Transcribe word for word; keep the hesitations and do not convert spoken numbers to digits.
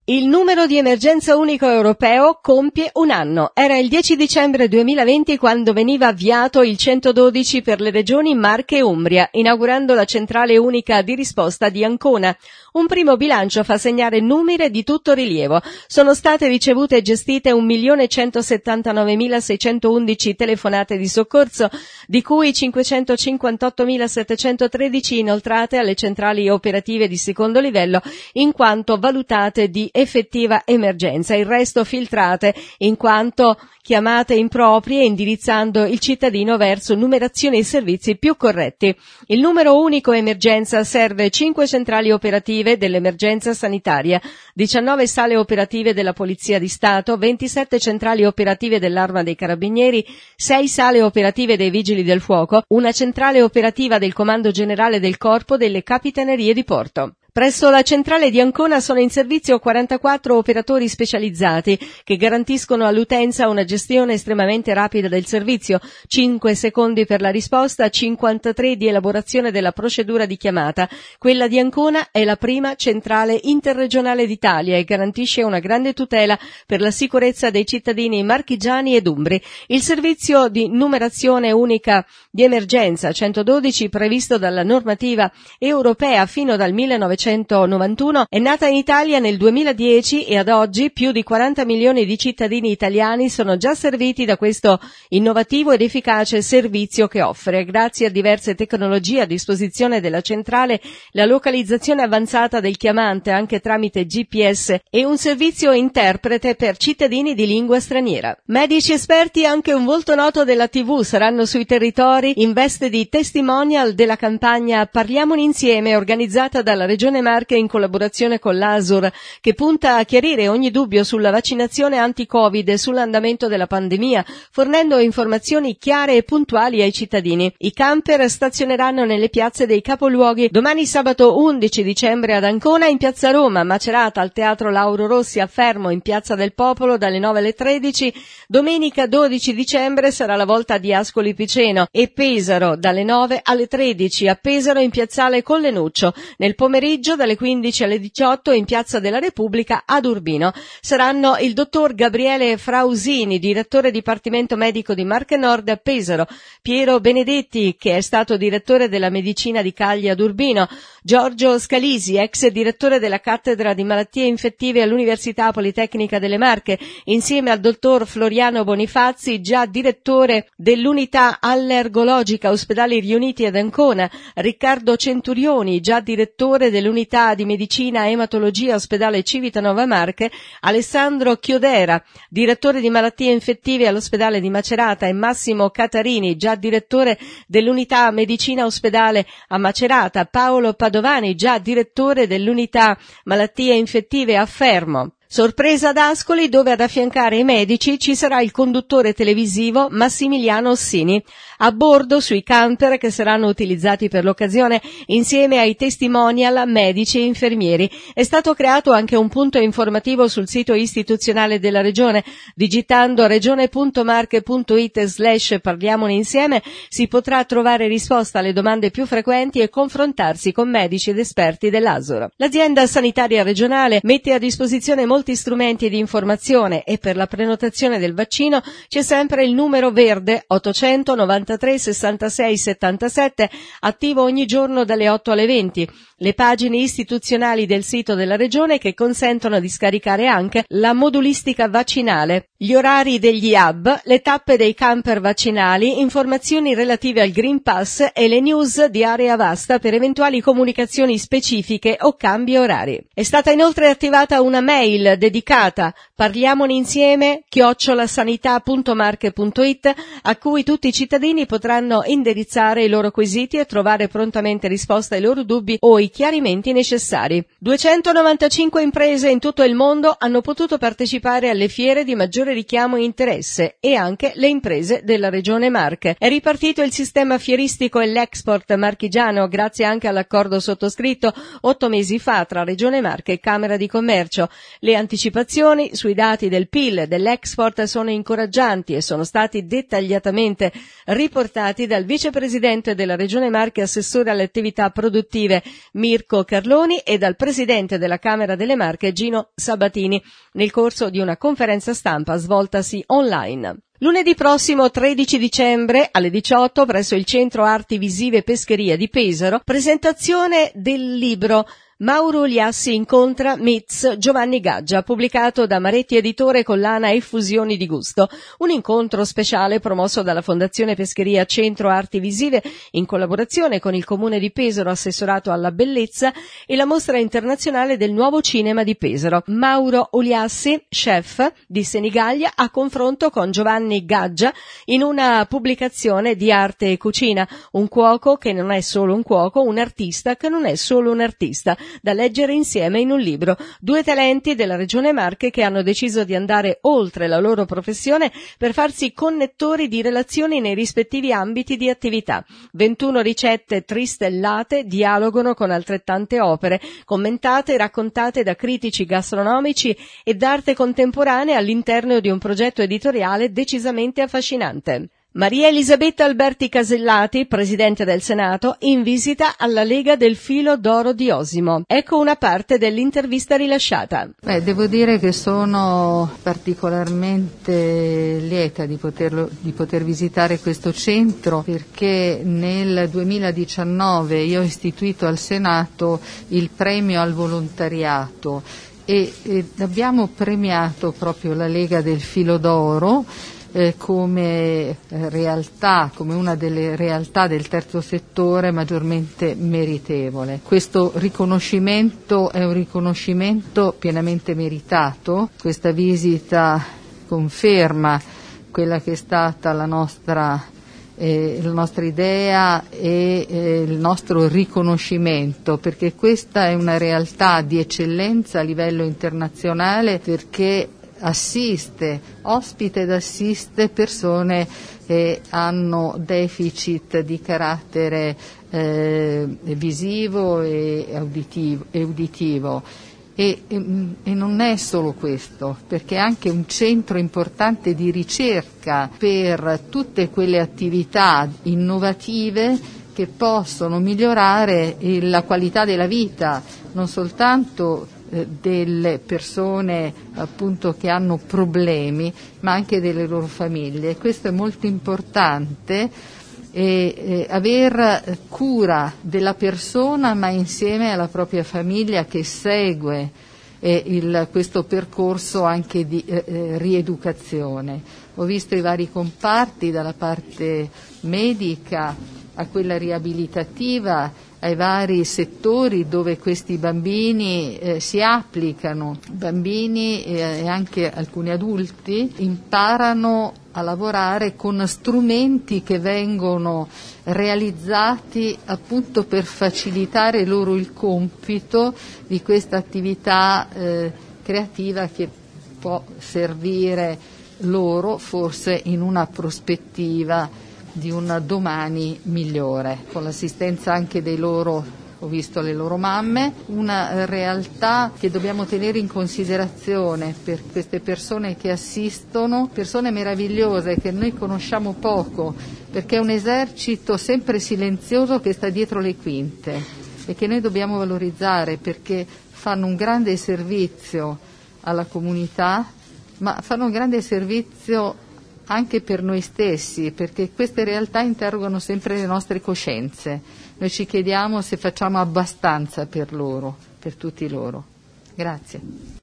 Il numero di emergenza unico europeo compie un anno. Era il dieci dicembre duemilaventi quando veniva avviato il centododici per le regioni Marche e Umbria, inaugurando la centrale unica di risposta di Ancona. Un primo bilancio fa segnare numeri di tutto rilievo. Sono state ricevute e gestite un milione centosettantanovemilaseicentoundici telefonate di soccorso, di cui cinquecentocinquantottomilasettecentotredici inoltrate alle centrali operative di secondo livello, in quanto valutate di effettiva emergenza, il resto filtrate in quanto chiamate improprie, indirizzando il cittadino verso numerazioni e servizi più corretti. Il numero unico emergenza serve cinque centrali operative dell'emergenza sanitaria, diciannove sale operative della Polizia di Stato, ventisette centrali operative dell'Arma dei Carabinieri, sei sale operative dei Vigili del Fuoco, una centrale operativa del Comando Generale del Corpo delle Capitanerie di Porto. Presso la centrale di Ancona sono in servizio quarantaquattro operatori specializzati che garantiscono all'utenza una gestione estremamente rapida del servizio, cinque secondi per la risposta, cinquantatré di elaborazione della procedura di chiamata. Quella di Ancona è la prima centrale interregionale d'Italia e garantisce una grande tutela per la sicurezza dei cittadini marchigiani ed umbri. Il servizio di numerazione unica di emergenza centododici, previsto dalla normativa europea fino dal millenovecentonovantuno, è nata in Italia nel duemiladieci e ad oggi più di quaranta milioni di cittadini italiani sono già serviti da questo innovativo ed efficace servizio che offre, grazie a diverse tecnologie a disposizione della centrale, la localizzazione avanzata del chiamante anche tramite G P S e un servizio interprete per cittadini di lingua straniera. Medici esperti e anche un volto noto della tivù saranno sui territori in veste di testimonial della campagna Parliamone insieme, organizzata dalla Regione Marche in collaborazione con l'A S U R, che punta a chiarire ogni dubbio sulla vaccinazione anti-Covid e sull'andamento della pandemia, fornendo informazioni chiare e puntuali ai cittadini. I camper stazioneranno nelle piazze dei capoluoghi domani sabato undici dicembre ad Ancona, in piazza Roma, Macerata al Teatro Lauro Rossi a Fermo, in piazza del Popolo dalle nove alle tredici, domenica dodici dicembre sarà la volta di Ascoli Piceno e Pesaro dalle nove alle tredici, a Pesaro in piazzale Collenuccio, nel pomeriggio dalle quindici alle diciotto in Piazza della Repubblica ad Urbino. Saranno il dottor Gabriele Frausini, direttore Dipartimento Medico di Marche Nord a Pesaro, Piero Benedetti, che è stato direttore della Medicina di Cagli ad Urbino, Giorgio Scalisi, ex direttore della Cattedra di Malattie Infettive all'Università Politecnica delle Marche, insieme al dottor Floriano Bonifazzi, già direttore dell'Unità Allergologica Ospedali Riuniti ad Ancona, Riccardo Centurioni, già direttore dell'Unità Unità di Medicina e Ematologia Ospedale Civitanova Marche, Alessandro Chiodera, direttore di Malattie Infettive all'Ospedale di Macerata, e Massimo Catarini, già direttore dell'Unità Medicina Ospedale a Macerata, Paolo Padovani, già direttore dell'Unità Malattie Infettive a Fermo. Sorpresa ad Ascoli, dove ad affiancare i medici ci sarà il conduttore televisivo Massimiliano Ossini, a bordo sui camper che saranno utilizzati per l'occasione insieme ai testimonial medici e infermieri. È stato creato anche un punto informativo sul sito istituzionale della Regione. Digitando regione.marche.it slash parliamone insieme si potrà trovare risposta alle domande più frequenti e confrontarsi con medici ed esperti dell'A S U R. L'azienda sanitaria regionale mette a disposizione molti strumenti di informazione e per la prenotazione del vaccino c'è sempre il numero verde ottocentonovantatré sessantasei settantasette, attivo ogni giorno dalle otto alle venti. Le pagine istituzionali del sito della Regione che consentono di scaricare anche la modulistica vaccinale, gli orari degli hub, le tappe dei camper vaccinali, informazioni relative al Green Pass e le news di area vasta per eventuali comunicazioni specifiche o cambi orari. È stata inoltre attivata una mail dedicata parliamone insieme chiocciola sanità punto marche punto it a cui tutti i cittadini potranno indirizzare i loro quesiti e trovare prontamente risposta ai loro dubbi o i chiarimenti necessari. duecentonovantacinque imprese in tutto il mondo hanno potuto partecipare alle fiere di maggiore richiamo e interesse e anche le imprese della Regione Marche. È ripartito il sistema fieristico e l'export marchigiano grazie anche all'accordo sottoscritto otto mesi fa tra Regione Marche e Camera di Commercio. Le Le anticipazioni sui dati del P I L e dell'export sono incoraggianti e sono stati dettagliatamente riportati dal vicepresidente della Regione Marche, assessore alle attività produttive Mirko Carloni, e dal presidente della Camera delle Marche Gino Sabatini nel corso di una conferenza stampa svoltasi online. Lunedì prossimo tredici dicembre alle diciotto presso il Centro Arti Visive e Pescheria di Pesaro, presentazione del libro Mauro Liassi incontra Mitz Giovanni Gaggia, pubblicato da Maretti Editore, collana e Fusioni di Gusto, un incontro speciale promosso dalla Fondazione Pescheria Centro Arti Visive in collaborazione con il Comune di Pesaro, assessorato alla bellezza, e la Mostra Internazionale del Nuovo Cinema di Pesaro. Mauro Liassi, chef di Senigallia, a confronto con Giovanni Gaggia in una pubblicazione di arte e cucina, un cuoco che non è solo un cuoco, un artista che non è solo un artista, da leggere insieme in un libro. Due talenti della Regione Marche che hanno deciso di andare oltre la loro professione per farsi connettori di relazioni nei rispettivi ambiti di attività. ventuno ricette tristellate dialogano con altrettante opere, commentate e raccontate da critici gastronomici e d'arte contemporanea all'interno di un progetto editoriale decisamente affascinante. Maria Elisabetta Alberti Casellati, presidente del Senato, in visita alla Lega del Filo d'Oro di Osimo. Ecco una parte dell'intervista rilasciata. Beh, devo dire che sono particolarmente lieta di, poterlo, di poter visitare questo centro, perché nel duemiladiciannove io ho istituito al Senato il premio al volontariato e, e abbiamo premiato proprio la Lega del Filo d'Oro Eh, come realtà, come una delle realtà del terzo settore maggiormente meritevole. Questo riconoscimento è un riconoscimento pienamente meritato. Questa visita conferma quella che è stata la nostra Eh, la nostra idea e eh, il nostro riconoscimento, perché questa è una realtà di eccellenza a livello internazionale, perché assiste, ospita ed assiste persone che hanno deficit di carattere eh, visivo e uditivo, e uditivo. E, e, e non è solo questo, perché è anche un centro importante di ricerca per tutte quelle attività innovative che possono migliorare la qualità della vita, non soltanto eh, delle persone appunto che hanno problemi, ma anche delle loro famiglie. Questo è molto importante. E eh, aver cura della persona, ma insieme alla propria famiglia che segue eh, il, questo percorso anche di eh, rieducazione. Ho visto i vari comparti, dalla parte medica a quella riabilitativa, ai vari settori dove questi bambini eh, si applicano. Bambini e, e anche alcuni adulti imparano a lavorare con strumenti che vengono realizzati appunto per facilitare loro il compito di questa attività eh, creativa che può servire loro forse in una prospettiva di un domani migliore, con l'assistenza anche dei loro, ho visto le loro mamme, una realtà che dobbiamo tenere in considerazione per queste persone che assistono, persone meravigliose che noi conosciamo poco, perché è un esercito sempre silenzioso che sta dietro le quinte e che noi dobbiamo valorizzare, perché fanno un grande servizio alla comunità, ma fanno un grande servizio anche per noi stessi, perché queste realtà interrogano sempre le nostre coscienze. Noi ci chiediamo se facciamo abbastanza per loro, per tutti loro. Grazie.